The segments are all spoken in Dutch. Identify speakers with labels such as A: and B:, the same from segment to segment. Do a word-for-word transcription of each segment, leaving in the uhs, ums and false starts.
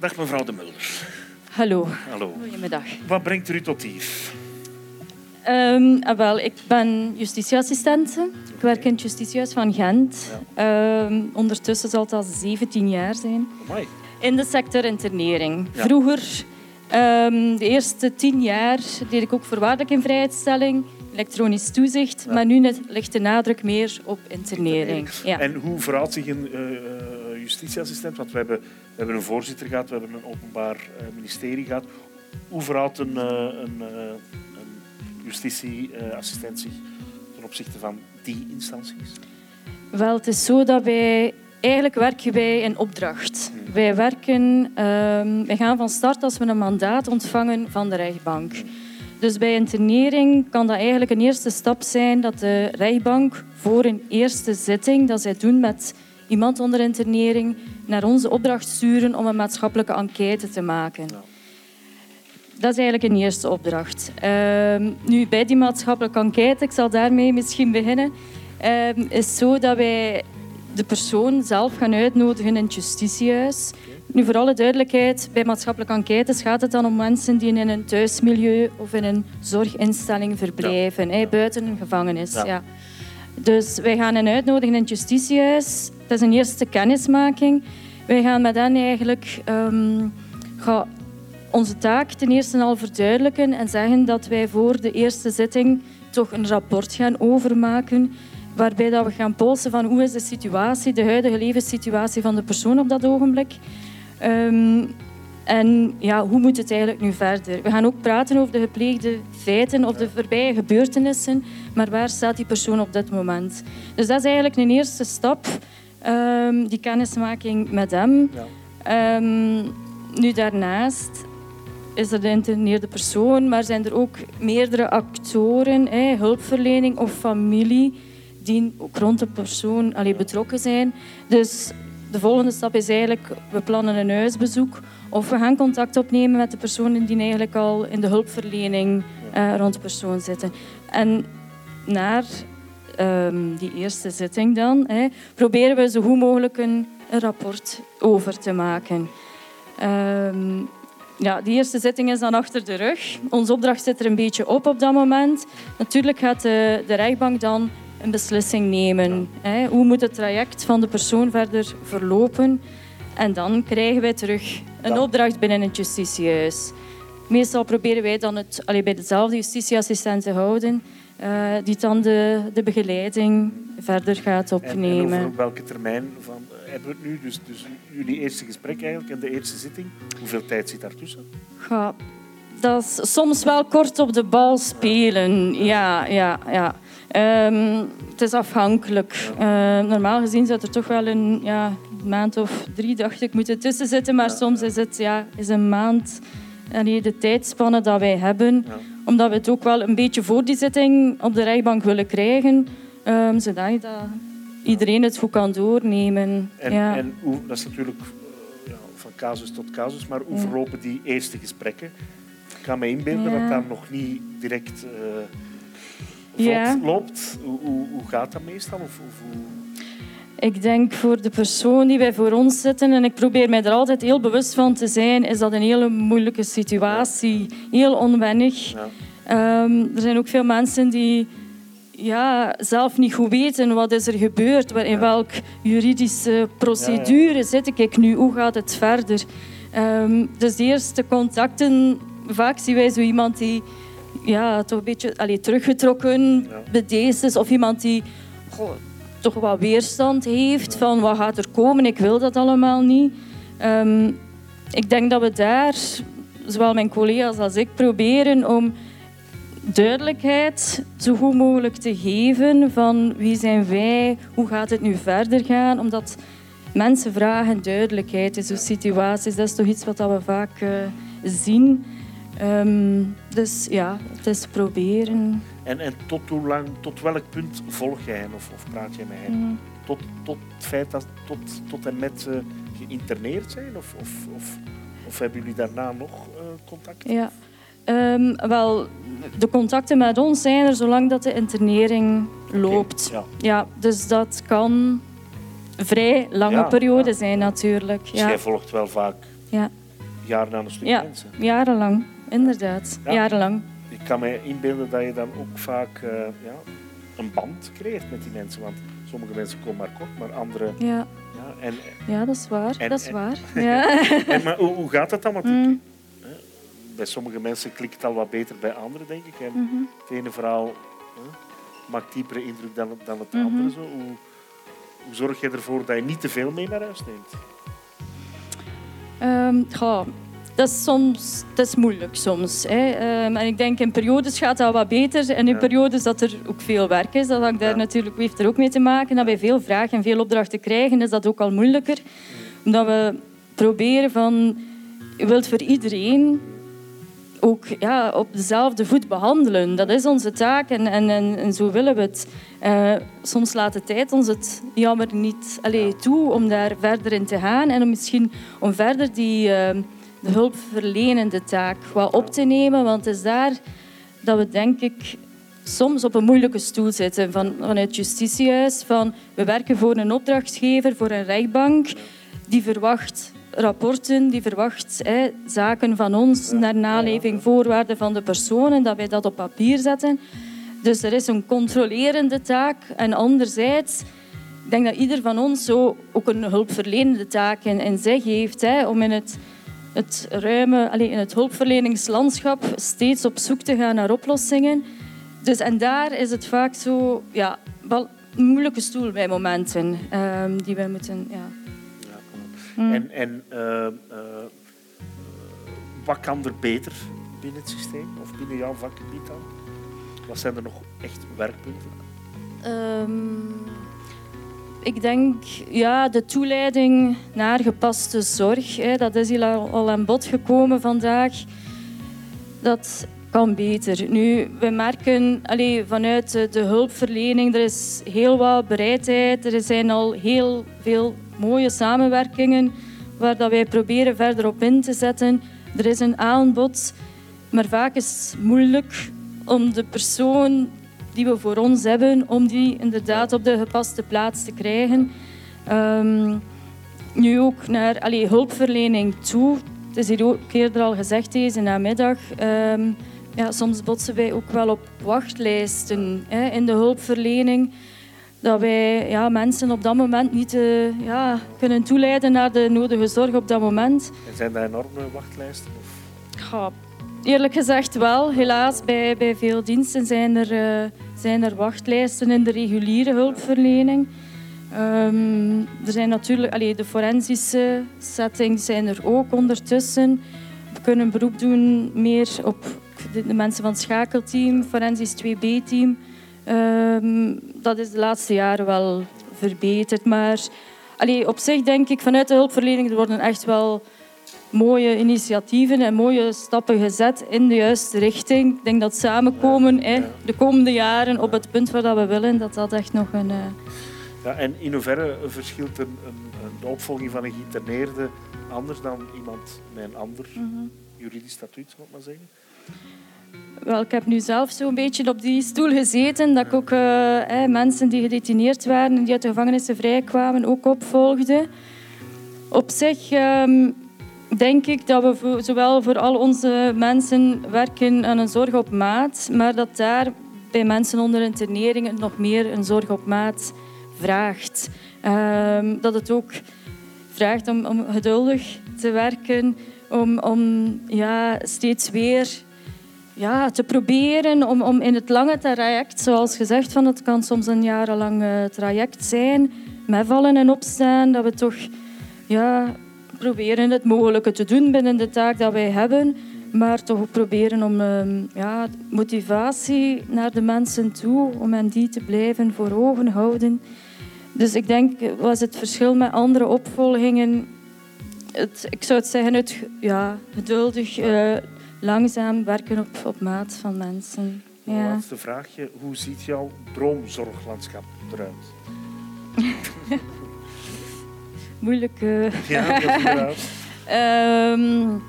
A: Dag mevrouw De Mulder.
B: Hallo.
A: Hallo.
B: Goedemiddag.
A: Wat brengt er u tot hier?
B: Um, ah, wel, ik ben justitieassistente. Ik werk in het justitiehuis van Gent. Ja. Um, ondertussen zal het al zeventien jaar zijn.
A: Amai.
B: In de sector internering.
A: Ja.
B: Vroeger, um, de eerste tien jaar, deed ik ook voorwaardelijke invrijheidstelling, elektronisch toezicht. Ja. Maar nu net ligt de nadruk meer op internering.
A: Ja. En hoe verhoudt zich een uh, justitieassistent? Want we hebben, we hebben een voorzitter gehad, we hebben een openbaar uh, ministerie gehad. Hoe verhoudt een, uh, een, uh, een justitieassistent zich ten opzichte van die instanties?
B: Wel, het is zo dat wij... Eigenlijk werken wij in opdracht. Hmm. Wij, werken, um, wij gaan van start als we een mandaat ontvangen van de rechtbank. Dus bij internering kan dat eigenlijk een eerste stap zijn dat de rechtbank voor een eerste zitting dat zij doen met iemand onder internering naar onze opdracht sturen om een maatschappelijke enquête te maken. Ja. Dat is eigenlijk een eerste opdracht. Uh, nu, bij die maatschappelijke enquête, ik zal daarmee misschien beginnen, uh, is zo dat wij de persoon zelf gaan uitnodigen in het justitiehuis. Nu, voor alle duidelijkheid, bij maatschappelijke enquêtes gaat het dan om mensen die in een thuismilieu of in een zorginstelling verblijven, ja. hè, buiten een gevangenis. Ja. Ja. Dus wij gaan hen uitnodigen in het justitiehuis. Dat is een eerste kennismaking. Wij gaan met hen eigenlijk um, gaan onze taak ten eerste al verduidelijken en zeggen dat wij voor de eerste zitting toch een rapport gaan overmaken, waarbij dat we gaan polsen van hoe is de situatie, de huidige levenssituatie van de persoon op dat ogenblik. Um, en ja, hoe moet het eigenlijk nu verder? We gaan ook praten over de gepleegde feiten of de voorbije gebeurtenissen, maar waar staat die persoon op dit moment? Dus dat is eigenlijk een eerste stap, um, die kennismaking met hem. Ja. Um, nu daarnaast is er de interneerde persoon, maar zijn er ook meerdere actoren, hè, hulpverlening of familie, die ook rond de persoon allee, betrokken zijn. Dus de volgende stap is eigenlijk, we plannen een huisbezoek of we gaan contact opnemen met de personen die eigenlijk al in de hulpverlening uh, rond de persoon zitten. En naar um, die eerste zitting dan, hè, proberen we zo goed mogelijk een, een rapport over te maken. Um, ja, die eerste zitting is dan achter de rug. Onze opdracht zit er een beetje op op dat moment. Natuurlijk gaat de, de rechtbank dan een beslissing nemen. Hè. Hoe moet het traject van de persoon verder verlopen? En dan krijgen wij terug een opdracht binnen het justitiehuis. Meestal proberen wij dan het allee, bij dezelfde justitieassistent te houden, uh, die dan de, de begeleiding verder gaat opnemen.
A: En, en over welke termijn van, uh, hebben we het nu? Dus, dus jullie eerste gesprek eigenlijk en de eerste zitting. Hoeveel tijd zit daartussen?
B: Ja, dat is soms wel kort op de bal spelen. Ja, ja, ja. Um, het is afhankelijk. Ja. Uh, normaal gezien zou er toch wel een ja, maand of drie, dacht ik, moeten tussen zitten. Maar ja, soms ja. is het ja, is een maand allee, de tijdspanne dat wij hebben. Ja. Omdat we het ook wel een beetje voor die zitting op de rechtbank willen krijgen. Um, zodat dat iedereen het goed kan doornemen.
A: En,
B: ja.
A: en hoe, dat is natuurlijk ja, van casus tot casus. Maar hoe ja. verlopen die eerste gesprekken? Ik kan me inbeelden ja. dat daar nog niet direct... Uh, vlot ja. loopt. Hoe, hoe, hoe gaat dat meestal? Of, of hoe...
B: Ik denk voor de persoon die bij voor ons zitten, en ik probeer mij er altijd heel bewust van te zijn, is dat een hele moeilijke situatie. Ja. Heel onwennig. Ja. Um, er zijn ook veel mensen die ja, zelf niet goed weten wat is er gebeurd, in ja. welk juridische procedure ja, ja. zit ik nu, hoe gaat het verder. Um, dus de eerste contacten, vaak zien wij zo iemand die ja, toch een beetje allee, teruggetrokken, ja. bedeesd is. Of iemand die goh, toch wat weerstand heeft ja. van wat gaat er komen, ik wil dat allemaal niet. Um, ik denk dat we daar, zowel mijn collega's als ik, proberen om duidelijkheid zo goed mogelijk te geven van wie zijn wij, hoe gaat het nu verder gaan. Omdat mensen vragen duidelijkheid in zo'n situaties. Dat is toch iets wat we vaak uh, zien. Um, dus ja, het is proberen.
A: En, en tot hoe lang, tot welk punt volg jij hen of, of praat jij met hen? Mm. Tot, tot het feit dat tot, tot en met uh, geïnterneerd zijn? Of, of, of, of hebben jullie daarna nog uh, contact?
B: Ja. Um, wel, de contacten met ons zijn er zolang dat de internering loopt. Okay, ja. Ja, dus dat kan een vrij lange ja, periode ja. zijn natuurlijk.
A: Dus
B: ja.
A: jij volgt wel vaak
B: ja.
A: jaren aan een stuk
B: Ja,
A: mensen.
B: jarenlang, inderdaad.
A: Ja.
B: Jarenlang.
A: Ik kan me inbeelden dat je dan ook vaak uh, ja, een band creëert met die mensen. Want sommige mensen komen maar kort, maar andere...
B: Ja,
A: Ja, en,
B: ja dat is waar.
A: en,
B: dat is
A: en,
B: waar. Ja.
A: en, maar hoe, hoe gaat dat dan? Want
B: Mm.
A: ik, hè, bij sommige mensen klikt het al wat beter bij anderen, denk ik. En
B: Mm-hmm.
A: het ene verhaal hè, maakt diepere indruk dan, dan het
B: Mm-hmm.
A: andere. Zo. Hoe, hoe zorg je ervoor dat je niet te veel mee naar huis neemt?
B: Um, ja, dat is soms dat is moeilijk soms. Hè. Um, en ik denk in periodes gaat dat wat beter. En in
A: Ja.
B: periodes dat er ook veel werk is, dat hangt daar
A: Ja.
B: natuurlijk, heeft er ook mee te maken. Dat wij veel vragen en veel opdrachten krijgen, is dat ook al moeilijker. Omdat we proberen van, je wilt voor iedereen ook ja, op dezelfde voet behandelen. Dat is onze taak en, en, en, en zo willen we het. Uh, soms laat de tijd ons het jammer niet allee, toe om daar verder in te gaan en om misschien om verder die uh, de hulpverlenende taak wat op te nemen. Want het is daar dat we, denk ik, soms op een moeilijke stoel zitten van, vanuit het justitiehuis. Van, we werken voor een opdrachtgever, voor een rechtbank, die verwacht rapporten, die verwacht hè, zaken van ons naar naleving, voorwaarden van de personen, dat wij dat op papier zetten. Dus er is een controlerende taak. En anderzijds, ik denk dat ieder van ons zo ook een hulpverlenende taak in, in zich heeft, hè, om in het, het ruime, allez, in het hulpverleningslandschap steeds op zoek te gaan naar oplossingen. Dus, en daar is het vaak zo, ja, wel een moeilijke stoel bij momenten um, die we moeten... Ja.
A: Mm. En, en uh, uh, wat kan er beter binnen het systeem of binnen jouw vakgebied dan? Wat zijn er nog echt werkpunten?
B: Um, ik denk ja, de toeleiding naar gepaste zorg. Hè, dat is hier al aan bod gekomen vandaag. Dat kan beter. Nu, we merken allee, vanuit de, de hulpverlening, er is heel wat bereidheid. Er zijn al heel veel mooie samenwerkingen waar dat wij proberen verder op in te zetten. Er is een aanbod, maar vaak is het moeilijk om de persoon die we voor ons hebben, om die inderdaad op de gepaste plaats te krijgen. Um, nu ook naar allee, hulpverlening toe. Het is hier ook eerder al gezegd deze namiddag. Um, ja, soms botsen wij ook wel op wachtlijsten hè, in de hulpverlening. Dat wij ja, mensen op dat moment niet uh, ja, kunnen toeleiden naar de nodige zorg op dat moment.
A: En zijn dat enorme wachtlijsten? Of?
B: Ja, eerlijk gezegd wel. Helaas, bij, bij veel diensten zijn er, uh, zijn er wachtlijsten in de reguliere hulpverlening. Um, er zijn natuurlijk allee, de forensische settings zijn er ook ondertussen. We kunnen beroep doen meer op de, de mensen van het schakelteam, forensisch twee B team. Um, dat is de laatste jaren wel verbeterd. Maar allee, op zich denk ik vanuit de hulpverlening er worden echt wel mooie initiatieven en mooie stappen gezet in de juiste richting. Ik denk dat samenkomen ja, ja. Hè, de komende jaren op het punt waar we willen, dat dat echt nog een... Uh...
A: Ja, en in hoeverre verschilt een, een, een opvolging van een geïnterneerde anders dan iemand met een ander mm-hmm. juridisch statuut, zal ik maar zeggen?
B: Wel, ik heb nu zelf zo'n beetje op die stoel gezeten, dat ik ook uh, eh, mensen die gedetineerd waren en die uit de gevangenissen vrijkwamen ook opvolgde. Op zich um, denk ik dat we voor, zowel voor al onze mensen werken aan een zorg op maat, maar dat daar bij mensen onder internering nog meer een zorg op maat vraagt. Um, dat het ook vraagt om, om geduldig te werken, om, om ja, steeds weer ja, te proberen om, om in het lange traject, zoals gezegd, van het kan soms een jarenlang uh, traject zijn, met vallen en opstaan, dat we toch ja, proberen het mogelijke te doen binnen de taak dat wij hebben, maar toch ook proberen om um, ja, motivatie naar de mensen toe, om hen die te blijven voor ogen houden. Dus ik denk, was het verschil met andere opvolgingen, het, ik zou het zeggen, het ja, geduldig, uh, langzaam werken op, op maat van mensen. Ja.
A: Een laatste vraagje, hoe ziet jouw droomzorglandschap eruit?
B: Moeilijk. Uh.
A: Ja, dat is inderdaad.
B: um,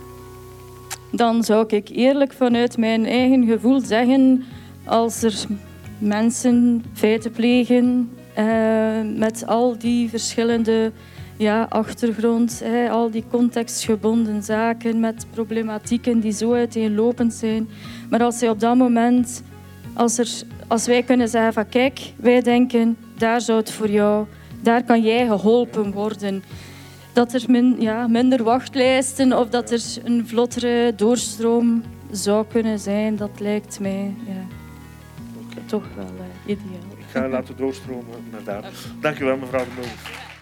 B: dan zou ik eerlijk vanuit mijn eigen gevoel zeggen, als er mensen feiten plegen, uh, met al die verschillende ja, achtergrond, hè, al die contextgebonden zaken met problematieken die zo uiteenlopend zijn. Maar als je op dat moment, als, er, als wij kunnen zeggen van kijk, wij denken, daar zou het voor jou, daar kan jij geholpen worden. Dat er min, ja, minder wachtlijsten of dat er een vlottere doorstroom zou kunnen zijn, dat lijkt mij ja,
A: Okay.
B: toch wel uh, ideaal.
A: Ik ga laten doorstromen naar daar. Dank u wel, mevrouw de Mulder.